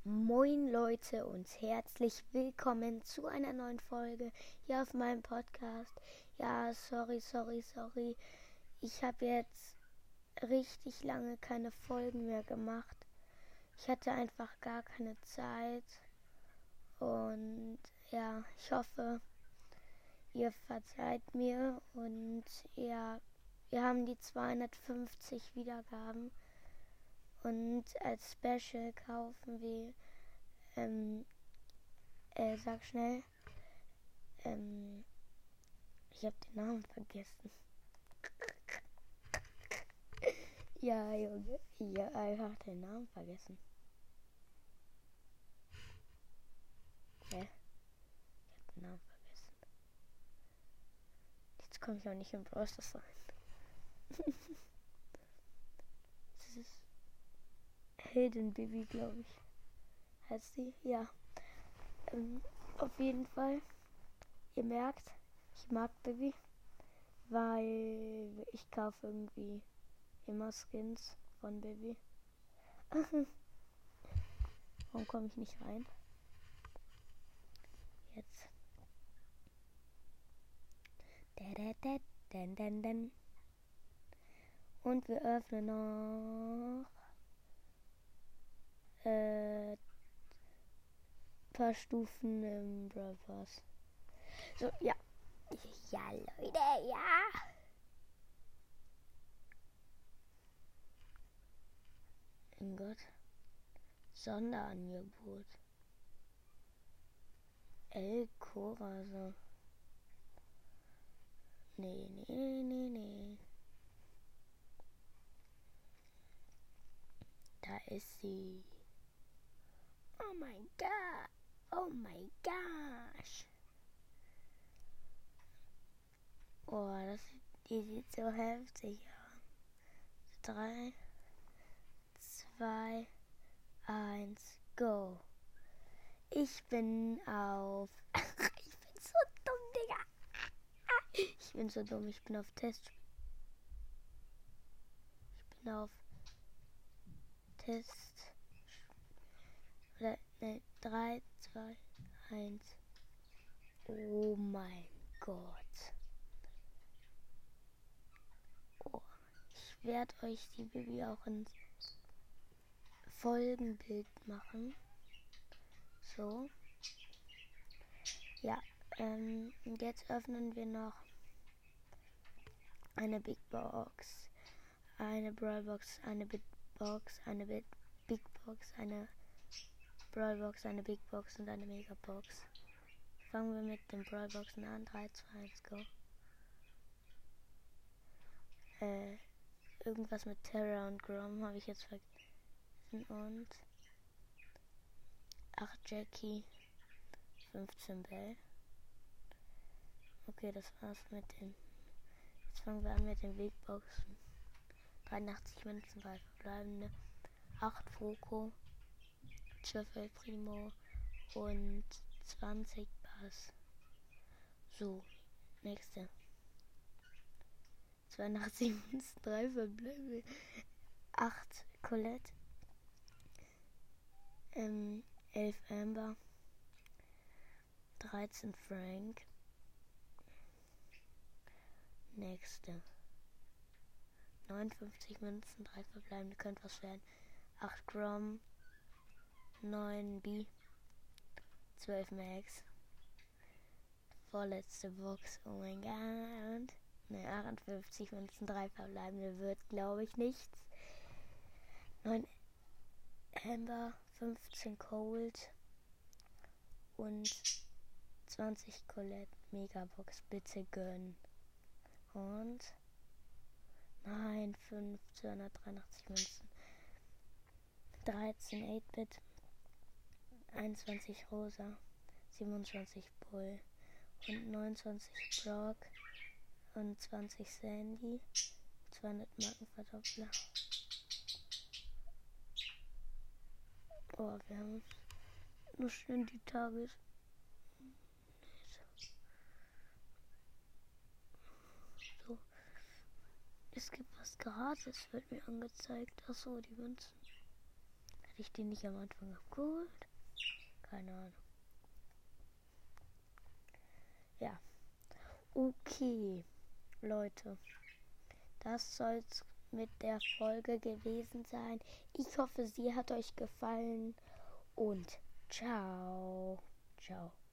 Moin Leute und herzlich willkommen zu einer neuen Folge hier auf meinem Podcast. Ja, sorry. Ich habe jetzt richtig lange keine Folgen mehr gemacht. Ich hatte einfach gar keine Zeit. Und ja, ich hoffe, ihr verzeiht mir. Und ja, wir haben die 250 Wiedergaben. Und als Special kaufen wir, sag schnell, ich habe den Namen vergessen. Ja, Junge, ich habe einfach den Namen vergessen. Ich habe den Namen vergessen. Jetzt komme ich auch nicht im Brawl Stars rein. Das ist Hidden Baby, glaube ich. Heißt sie? Ja. Auf jeden Fall. Ihr merkt, ich mag Baby, weil ich kaufe irgendwie immer Skins von Baby. Warum komme ich nicht rein? Jetzt. Und wir öffnen noch paar Stufen im Brawl Pass. So, ja. Ja, Leute, ja. Mein Gott. Sonderangebot. El Corazon. Nee. Da ist sie. Oh mein Gott. Oh mein gosh. Oh, die sieht so heftig aus. 3, 2, 1, go. Ich bin auf... Ich bin so dumm, Digga. Ich bin so dumm, ich bin auf Test. Ich bin auf Test. Oder, ne, 3, 2, 1. Oh mein Gott. Oh, ich werde euch die Baby auch ins Folgenbild machen. So. Ja, und jetzt öffnen wir noch eine Big Box, eine Brawl Box, eine Big Box, eine Big Box, eine Brawl Box, eine Big Box und eine Mega Box. Fangen wir mit den Brawl Boxen an. 3, 2, 1, go. Irgendwas mit Terra und Grom habe ich jetzt vergessen. Und 8 Jackie, 15 Bell. Okay, das war's mit den. Jetzt fangen wir an mit den Big Boxen. 83 Münzen, 3 verbleibende, 8 Foko, 12 El Primo und 20 Bass. So, nächste. 82 Münzen, 3 verbleibende, 8 Colette, 11 Amber, 13 Frank. Nächste. 59 Münzen, 3 verbleibende, könnte was werden. 8 Grom, 9 B, 12 Max. Vorletzte Box, oh mein Gott. Ne, 58 Münzen, 3 verbleibende, wird glaube ich nichts. 9 Amber, 15 Cold und 20 Colette. Megabox, bitte gönnen. Und nein, 283 Münzen. 13 8-Bit, 21 Rosa, 27 Bull und 29 Brock und 20 Sandy, 200 Markenverdoppler. Oh, wir haben nur schön die Tages. So. Es gibt was gratis, wird mir angezeigt. Achso, die Münzen. Hätte ich den nicht am Anfang abgeholt? Keine Ahnung. Ja. Okay, Leute. Das soll's mit der Folge gewesen sein. Ich hoffe, sie hat euch gefallen. Und ciao. Ciao.